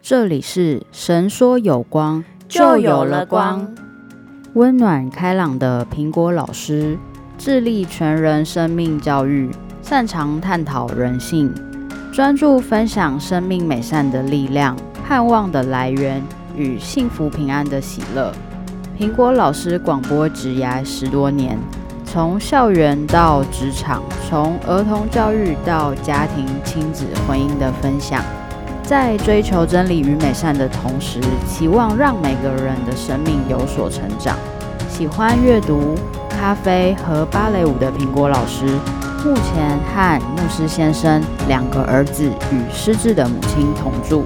这里是神说有光就有了光， 温暖开朗的苹果老师，致力全人生命教育，擅长探讨人性，专注分享生命美善的力量、盼望的来源与幸福平安的喜乐。苹果老师广播职涯10多年，从校园到职场，从儿童教育到家庭、亲子、婚姻的分享，在追求真理与美善的同时，期望让每个人的生命有所成长。喜欢阅读、咖啡和芭蕾舞的苹果老师，目前和牧师先生2个儿子与失智的母亲同住。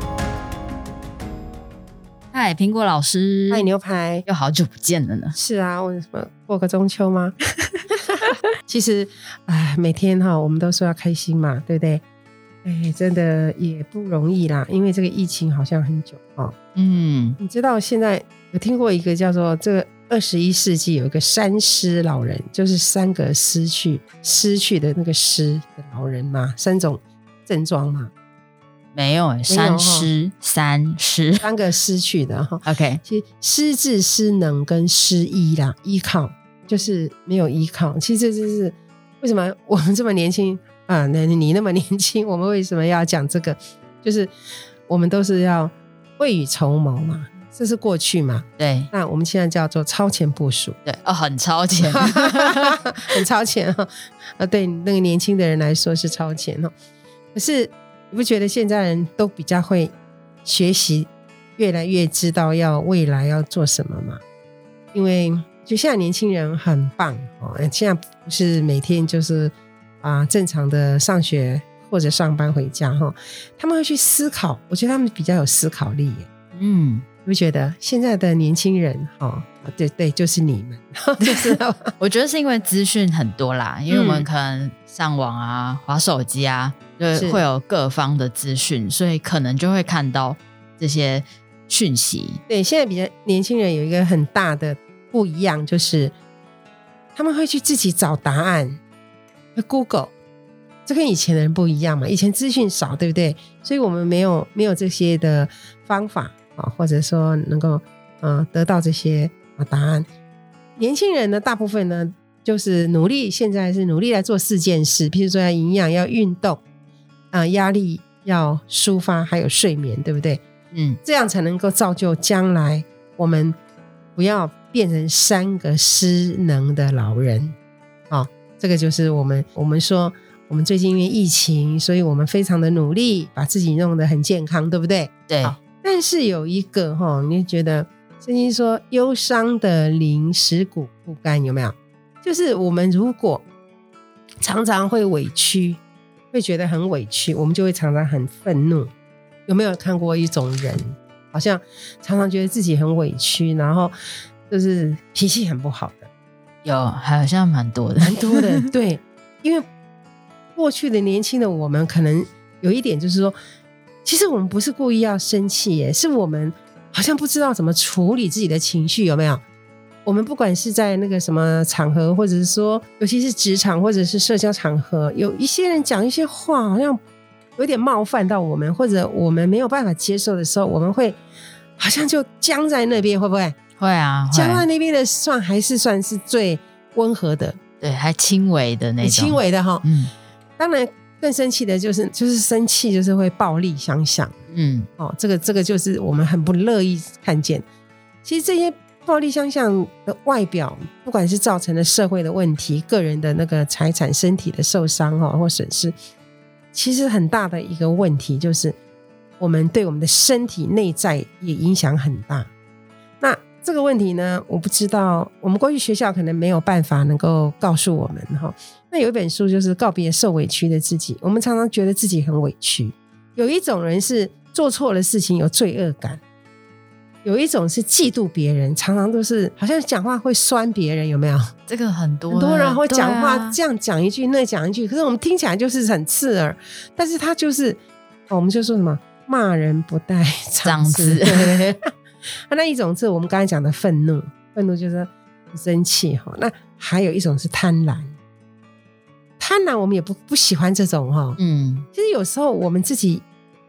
嗨，苹果老师。 嗨，牛排。 又好久不见了呢。 是啊，为什么过个中秋吗？其实每天我们都说要开心嘛，对不对？真的也不容易啦，因为这个疫情好像很久你知道现在有听过一个叫做这个21世纪有一个3失老人，就是3个失去的那个失的老人嘛，3种症状嘛。 没有3个失去的 OK， 其实失智、失能跟失依啦，依靠就是没有依靠。其实这就是为什么我们这么年轻你那么年轻，我们为什么要讲这个？就是我们都是要未雨绸缪嘛，这是过去嘛。 对， 那我们现在叫做超前部署。 对很超前很超前对那个年轻的人来说是超前可是你不觉得现在人都比较会学习，越来越知道未来要做什么吗？因为就现在年轻人很棒现在不是每天就是正常的上学或者上班回家他们会去思考，我觉得他们比较有思考力耶。你不觉得现在的年轻人对，就是你们就是我觉得是因为资讯很多啦，因为我们可能上网滑手机就会有各方的资讯，所以可能就会看到这些讯息。 对，现在比较年轻人有一个很大的不一样，就是他们会去自己找答案，会 Google， 这跟以前的人不一样嘛。以前资讯少，对不对？所以我们没有这些的方法或者说能够得到这些答案。年轻人呢，大部分呢就是现在是努力来做4件事，譬如说要营养、要运动压力要抒发，还有睡眠，对不对？这样才能够造就将来我们不要变成3个失能的老人这个就是我们说我们最近因为疫情，所以我们非常的努力把自己弄得很健康，对不对？ 对。 但是有一个你就觉得圣经说忧伤的灵使骨不干，有没有？就是我们如果常常会委屈，会觉得很委屈，我们就会常常很愤怒。有没有看过一种人好像常常觉得自己很委屈，然后就是脾气很不好的？ 有，好像蛮多的对，因为过去的年轻的我们可能有一点就是说，其实我们不是故意要生气耶，是我们好像不知道怎么处理自己的情绪，有没有？我们不管是在那个什么场合，或者是说尤其是职场或者是社交场合，有一些人讲一些话好像有点冒犯到我们，或者我们没有办法接受的时候，我们会好像就僵在那边，会不会？ 会啊， 僵在那边的还是算是最温和的， 对，还轻微的那种， 轻微的当然更生气的就是生气就是会暴力相向这个就是我们很不乐意看见。其实这些暴力相向的外表，不管是造成了社会的问题，个人的那个财产身体的受伤或损失，其实很大的一个问题就是我们对我们的身体内在也影响很大。那这个问题呢，我不知道我们过去学校可能没有办法能够告诉我们那有一本书就是告别受委屈的自己。我们常常觉得自己很委屈，有一种人是做错了事情有罪恶感，有一种是嫉妒别人，常常都是好像讲话会酸别人，有没有？ 这个很多人会讲话这样讲一句那讲一句，可是我们听起来就是很刺耳，但是他就是我们就说什么骂人不带脏字那一种是我们刚才讲的愤怒就是生气那还有一种是贪婪，我们也不喜欢这种其实有时候我们自己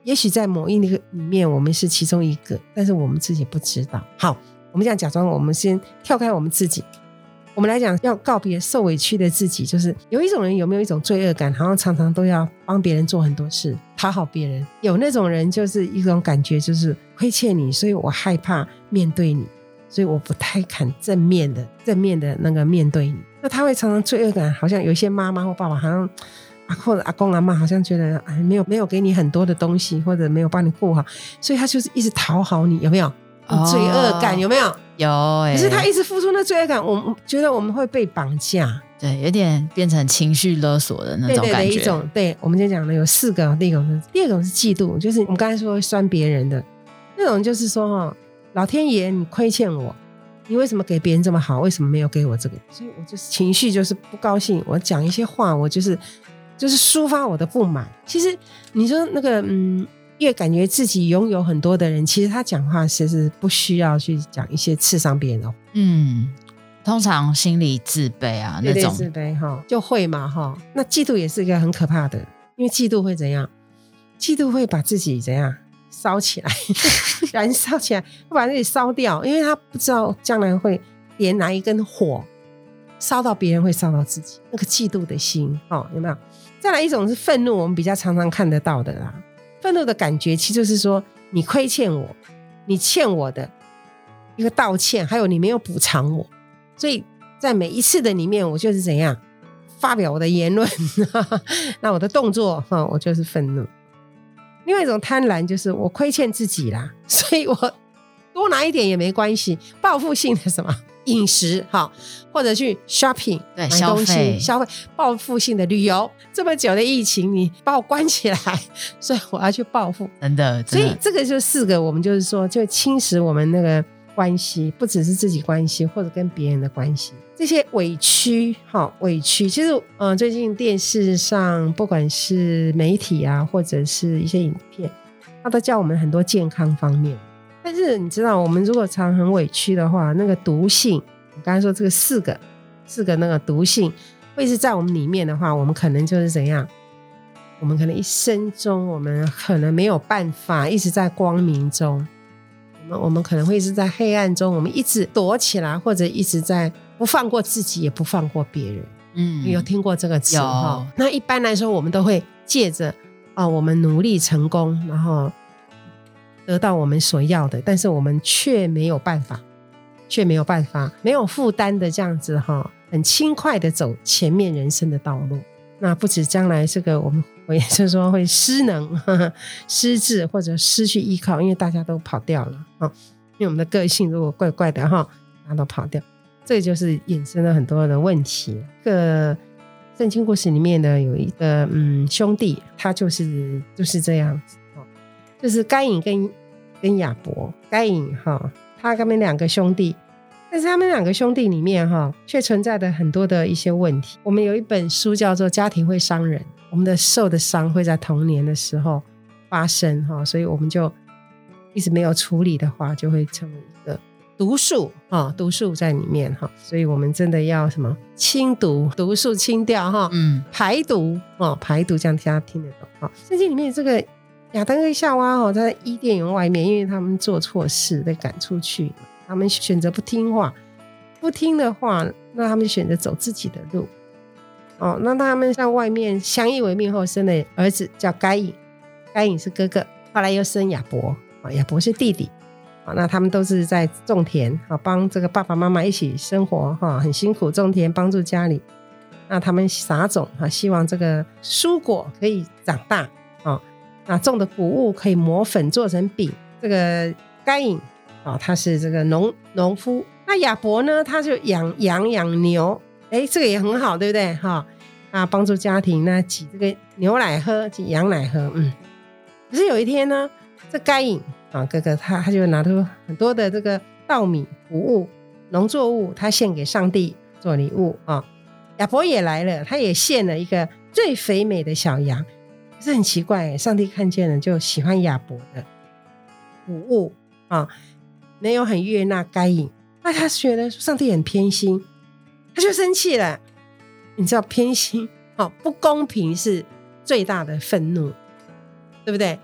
也许在某一个里面我们是其中一个，但是我们自己不知道。好，我们这样假装，我们先跳开我们自己，我们来讲要告别受委屈的自己。就是有一种人有没有一种罪恶感，好像常常都要帮别人做很多事，讨好别人。有那种人就是一种感觉，就是亏欠你，所以我害怕面对你，所以我不太敢正面的那个面对你。那他会常常罪恶感，好像有一些妈妈或爸爸好像或者阿公阿嬷好像觉得没有给你很多的东西，或者没有帮你顾好，所以他就是一直讨好你，有没有？罪恶感有没有？ 有可是他一直付出那罪恶感，我们觉得我们会被绑架， 对，有点变成情绪勒索的那种感觉。 对一种，对，我们今天讲的有4个，第二种是嫉妒，就是我们刚才说会酸别人的那种，就是说老天爷你亏欠我，你为什么给别人这么好，为什么没有给我这个？所以我就是情绪就是不高兴，我讲一些话，我就是抒发我的不满。其实你说那个越感觉自己拥有很多的人，其实他讲话其实不需要去讲一些刺伤别人的话。 通常心理自卑啊，那种自卑就会嘛那嫉妒也是一个很可怕的，因为嫉妒会怎样？嫉妒会把自己怎样烧起来燃烧起来，会把自己烧掉，因为他不知道将来会点哪一根火，烧到别人会烧到自己，那个嫉妒的心有没有？再来一种是愤怒，我们比较常常看得到的啦。愤怒的感觉其实就是说你亏欠我，你欠我的一个道歉，还有你没有补偿我，所以在每一次的里面我就是怎样发表我的言论那我的动作我就是愤怒。另外一种贪婪就是我亏欠自己啦，所以我多拿一点也没关系，报复性的什么饮食或者去 shopping 对买东西消费，报复性的旅游。这么久的疫情你把我关起来，所以我要去报复， 真的所以这个就4个，我们就是说就侵蚀我们那个关系，不只是自己关系或者跟别人的关系。这些委屈其实最近电视上不管是媒体啊或者是一些影片，他都教我们很多健康方面。但是你知道我们如果常很委屈的话，那个毒性，我刚才说这个4个那个毒性会是在我们里面的话，我们可能就是怎样，我们可能一生中我们可能没有办法一直在光明中，我们可能会是在黑暗中，我们一直躲起来，或者一直在不放过自己也不放过别人。你有听过这个词？有。那一般来说我们都会借着我们努力成功，然后得到我们所要的，但是我们却没有办法没有负担的这样子很轻快的走前面人生的道路。那不止将来这个我们就是说会失能失智或者失去依靠，因为大家都跑掉了因为我们的个性如果怪怪的大家都跑掉，这个就是衍生了很多的问题。这个圣经故事里面的有一个兄弟，他就是这样子就是该隐跟亚伯。该隐他们2个兄弟，但是他们2个兄弟里面却存在的很多的一些问题。我们有一本书叫做《家庭会伤人》，我们的受的伤会在童年的时候发生所以我们就一直没有处理的话，就会成为一个毒素在里面所以我们真的要什么清毒，毒素清掉排毒这样大家听得懂圣经里面这个亚当跟夏娃在伊甸园外面，因为他们做错事被赶出去，他们选择不听话，不听的话，那他们选择走自己的路那他们在外面相依为命后生的儿子叫该隐，该隐是哥哥，后来又生亚伯亚伯是弟弟那他们都是在种田帮这个爸爸妈妈一起生活很辛苦种田帮助家里。那他们撒种希望这个蔬果可以长大那种的谷物可以磨粉做成饼。这个该隐他是这个农夫。那亚伯呢，他就养羊养牛，这个也很好，对不对帮助家庭，那挤这个牛奶喝，挤羊奶喝可是有一天呢，这该隐哥哥他就拿出很多的这个稻米谷物农作物，他献给上帝做礼物亚伯也来了，他也献了一个最肥美的小羊。可是很奇怪上帝看见了就喜欢亚伯的谷物没有很悦纳该隐。那他觉得上帝很偏心，他就生气了。你知道偏心不公平是最大的愤怒，对不对？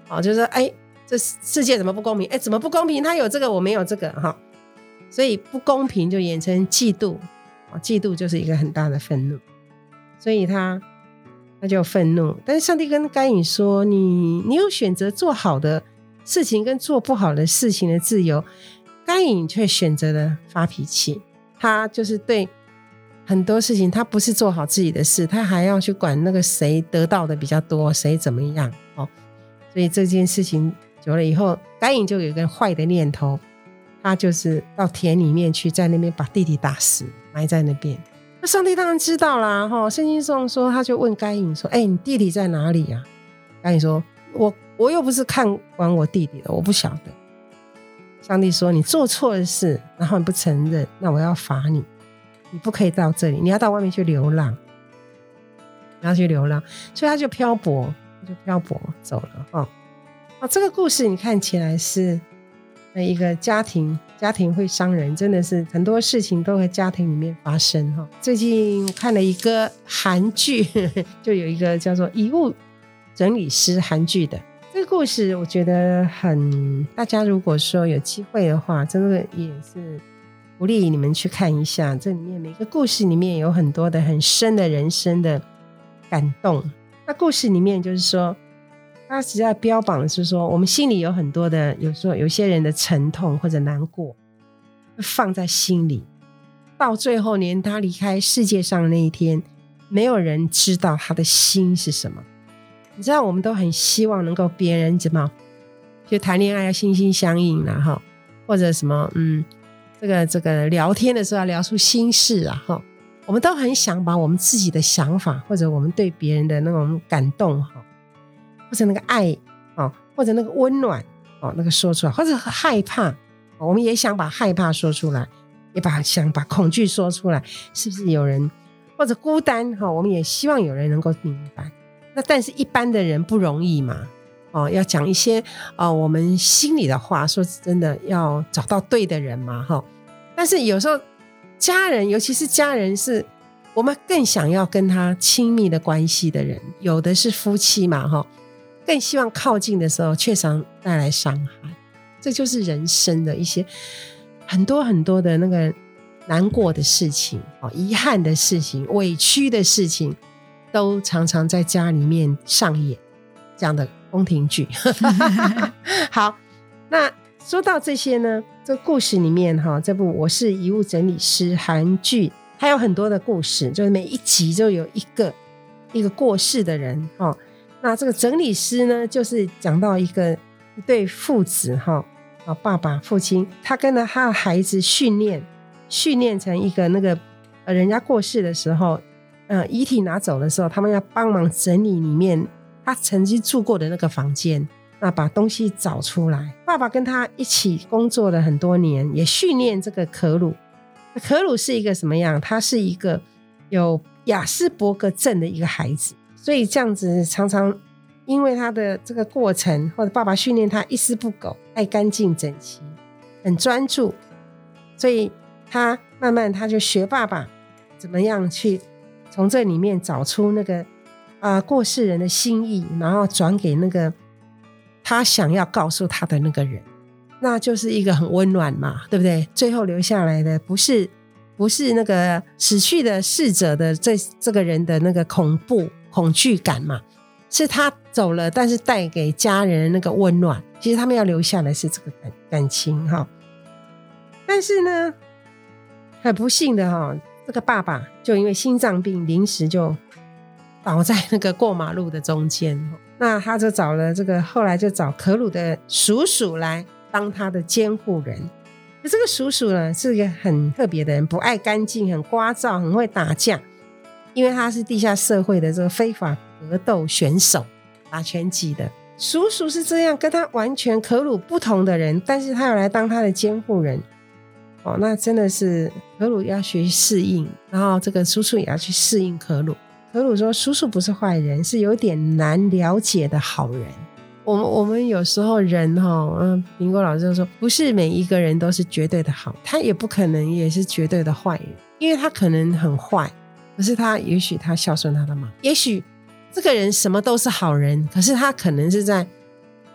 就是说这世界怎么不公平，怎么不公平，他有这个我没有这个所以不公平就演成嫉妒，嫉妒就是一个很大的愤怒，所以他就愤怒。但是上帝跟该隐说，你有选择做好的事情跟做不好的事情的自由，该隐却选择了发脾气。他就是对很多事情他不是做好自己的事，他还要去管那个谁得到的比较多，谁怎么样所以这件事情久了以后，该隐就有一个坏的念头，他就是到田里面去，在那边把弟弟打死，埋在那边。那上帝当然知道啦，圣经上说，他就问该隐说，你弟弟在哪里啊？该隐说，我又不是看完我弟弟的，我不晓得。上帝说，你做错了事，然后你不承认，那我要罚你，你不可以到这里，你要到外面去流浪，你要去流浪。所以他就漂泊走了这个故事你看起来是一个家庭会伤人，真的是很多事情都在家庭里面发生最近看了一个韩剧就有一个叫做遗物整理师，韩剧的这个故事，我觉得大家如果说有机会的话，真的也是鼓励你们去看一下。这里面每个故事里面有很多的很深的人生的感动。那故事里面就是说，他实在标榜的是说，我们心里有很多的，有些人的沉痛或者难过放在心里，到最后连他离开世界上那一天，没有人知道他的心是什么。你知道我们都很希望能够别人怎么就谈恋爱要心心相印啦或者什么这个聊天的时候要聊出心事啊我们都很想把我们自己的想法或者我们对别人的那种感动或者那个爱或者那个温暖那个说出来，或者害怕我们也想把害怕说出来，也想把恐惧说出来，是不是有人或者孤单我们也希望有人能够明白。那但是一般的人不容易嘛要讲一些我们心里的话，说真的要找到对的人嘛但是有时候家人，尤其是家人，是我们更想要跟他亲密的关系的人，有的是夫妻嘛更希望靠近的时候却常带来伤害。这就是人生的一些很多很多的那个难过的事情遗憾的事情，委屈的事情，都常常在家里面上演这样的宫廷剧好，那说到这些呢，这个故事里面这部我是遗物整理师韩剧，还有很多的故事，就是每一集就有一个过世的人那这个整理师呢，就是讲到一对父子爸爸父亲，他跟着他的孩子训练成一个那个人家过世的时候遗体拿走的时候，他们要帮忙整理里面他曾经住过的那个房间，那把东西找出来。爸爸跟他一起工作了很多年，也训练这个可鲁。可鲁是一个什么样？他是一个有亚斯伯格症的一个孩子，所以这样子常常因为他的这个过程，或者爸爸训练他一丝不苟，爱干净整齐，很专注，所以他慢慢他就学爸爸怎么样去从这里面找出那个过世人的心意，然后转给那个他想要告诉他的那个人，那就是一个很温暖嘛，对不对？最后留下来的不是那个死去的逝者的这个人的那个恐惧感嘛，是他走了，但是带给家人那个温暖。其实他们要留下来是这个感情但是呢，很不幸的这个爸爸就因为心脏病临时就倒在那个过马路的中间，那他就后来就找可鲁的叔叔来当他的监护人。这个叔叔呢是一个很特别的人，不爱干净，很聒噪，很会打架，因为他是地下社会的这个非法格斗选手，打拳击的。叔叔是这样跟他完全可鲁不同的人，但是他要来当他的监护人那真的是可鲁要学适应，然后这个叔叔也要去适应可鲁。可鲁说叔叔不是坏人，是有点难了解的好人。我们有时候人苹果老师就说不是每一个人都是绝对的好，他也不可能也是绝对的坏人，因为他可能很坏，可是也许他孝顺他的妈，也许这个人什么都是好人，可是他可能是在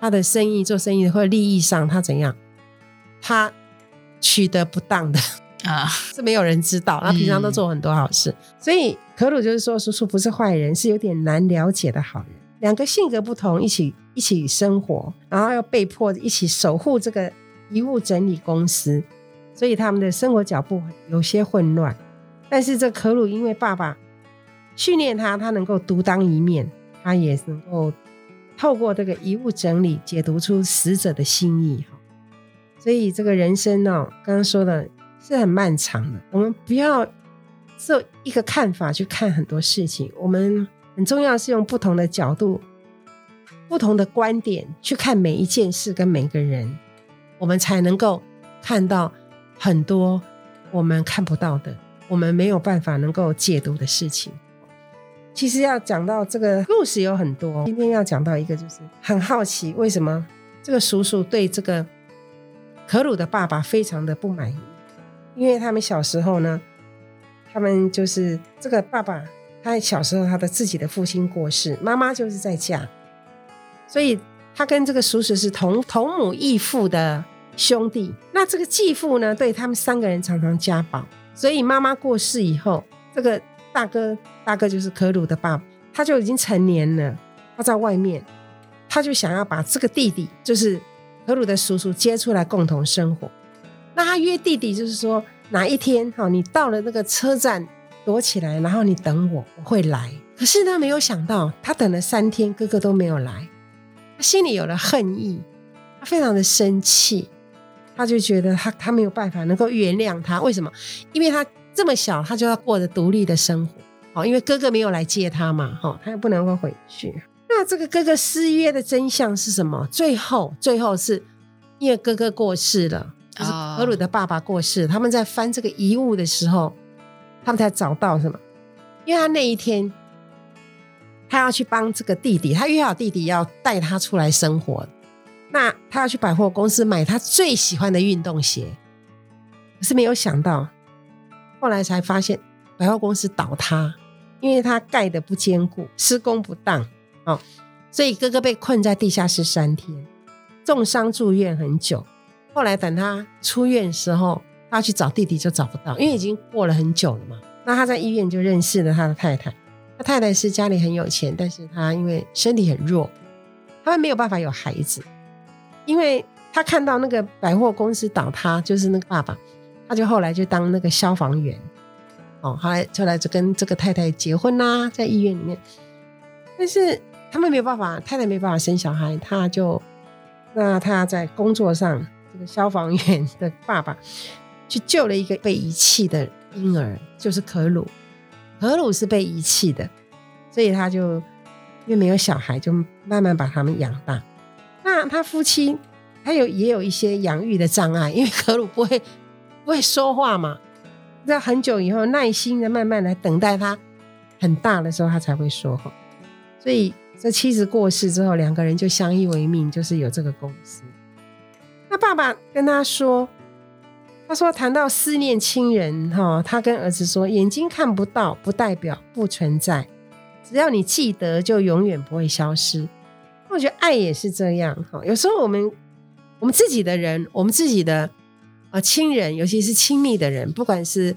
他的生意做生意或者利益上他怎样，他取得不当的是没有人知道，他平常都做很多好事，所以可鲁就是说叔叔不是坏人，是有点难了解的好人。两个性格不同，一起生活，然后要被迫一起守护这个遗物整理公司，所以他们的生活脚步有些混乱。但是这可鲁因为爸爸训练他能够独当一面，他也能够透过这个遗物整理解读出死者的心意。所以这个人生刚刚说的是很漫长的，我们不要只有一个看法去看很多事情，我们很重要是用不同的角度不同的观点去看每一件事跟每个人，我们才能够看到很多我们看不到的，我们没有办法能够解读的事情。其实要讲到这个故事有很多，今天要讲到一个就是很好奇为什么这个叔叔对这个可鲁的爸爸非常的不满意。因为他们小时候呢，他们就是这个爸爸他小时候他的自己的父亲过世，妈妈就是在家，所以他跟这个叔叔是同母异父的兄弟。那这个继父呢对他们3个人常常家暴，所以妈妈过世以后，这个大哥就是可鲁的爸爸，他就已经成年了，他在外面，他就想要把这个弟弟就是可鲁的叔叔接出来共同生活。那他约弟弟就是说哪一天你到了那个车站躲起来，然后你等我会来。可是呢没有想到他等了3天哥哥都没有来，他心里有了恨意，他非常的生气，他就觉得他没有办法能够原谅他。为什么？因为他这么小他就要过着独立的生活，因为哥哥没有来接他嘛，他又不能够回去。那这个哥哥失约的真相是什么？最后是因为哥哥过世了，就是可鲁的爸爸过世，他们在翻这个遗物的时候，他们才找到什么？因为他那一天他要去帮这个弟弟，他约好弟弟要带他出来生活，那他要去百货公司买他最喜欢的运动鞋。可是没有想到后来才发现百货公司倒塌，因为他盖的不坚固，施工不当，所以哥哥被困在地下室3天，重伤住院很久。后来等他出院的时候，他去找弟弟就找不到，因为已经过了很久了嘛。那他在医院就认识了他的太太，他太太是家里很有钱，但是他因为身体很弱，他们没有办法有孩子。因为他看到那个百货公司倒塌，就是那个爸爸，他就后来就当那个消防员，后来就跟这个太太结婚啦，在医院里面。但是他们没有办法，太太没办法生小孩，那他在工作上，这个消防员的爸爸去救了一个被遗弃的婴儿，就是可鲁。可鲁是被遗弃的，所以他就因为没有小孩，就慢慢把他们养大。那他夫妻也有一些养育的障碍，因为可鲁不会说话嘛，在很久以后耐心的慢慢来等待他很大的时候他才会说话。所以这妻子过世之后，2个人就相依为命，就是有这个公司。那爸爸跟他说谈到思念亲人，他跟儿子说，眼睛看不到不代表不存在，只要你记得就永远不会消失。我觉得爱也是这样，有时候我们自己的人，我们自己的亲人，尤其是亲密的人，不管是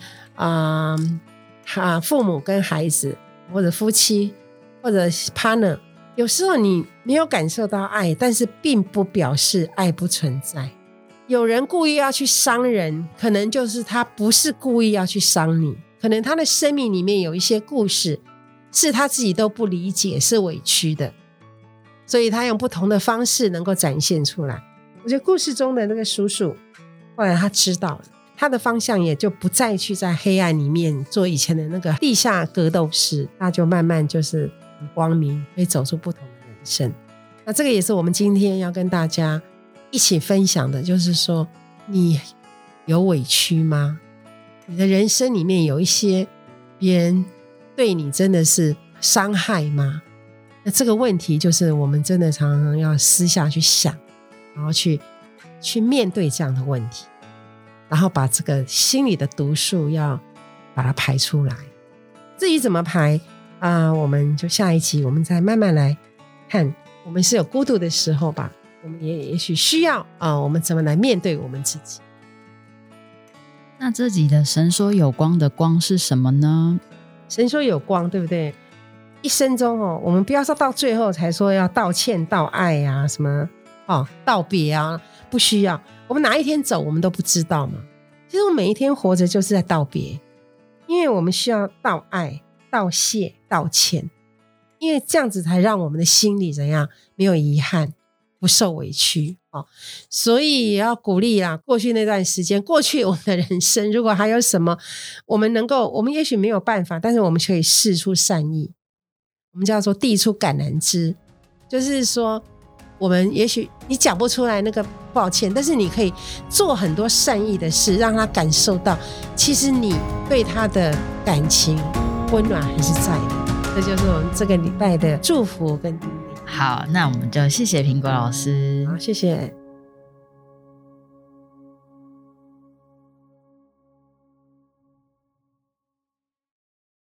父母跟孩子，或者夫妻，或者 partner， 有时候你没有感受到爱，但是并不表示爱不存在。有人故意要去伤人，可能就是他不是故意要去伤你，可能他的生命里面有一些故事是他自己都不理解，是委屈的，所以他用不同的方式能够展现出来。我觉得故事中的那个叔叔后来他知道了，他的方向也就不再去在黑暗里面做以前的那个地下格斗士，他就慢慢就是很光明，可以走出不同的人生。那这个也是我们今天要跟大家一起分享的，就是说你有委屈吗？你的人生里面有一些别人对你真的是伤害吗？那这个问题就是我们真的常常要私下去想，然后去面对这样的问题，然后把这个心里的毒素要把它排出来。至于怎么排我们就下一集我们再慢慢来看。我们是有孤独的时候吧， 我们也许需要我们怎么来面对我们自己。 那这集的神说有光的光是什么呢？ 神说有光，对不对？一生中我们不要说到最后才说要道歉、道爱啊，什么道别啊，不需要。我们哪一天走，我们都不知道嘛。其实我们每一天活着就是在道别，因为我们需要道爱、道谢、道歉，因为这样子才让我们的心里怎样没有遗憾，不受委屈。所以也要鼓励啦，过去那段时间，过去我们的人生，如果还有什么我们也许没有办法，但是我们可以释出善意，我们叫做递出橄榄枝，就是说我们也许你讲不出来那个抱歉，但是你可以做很多善意的事，让他感受到其实你对他的感情温暖还是在的。这就是我们这个礼拜的祝福跟鼓励。 好，那我们就谢谢苹果老师。 好，谢谢。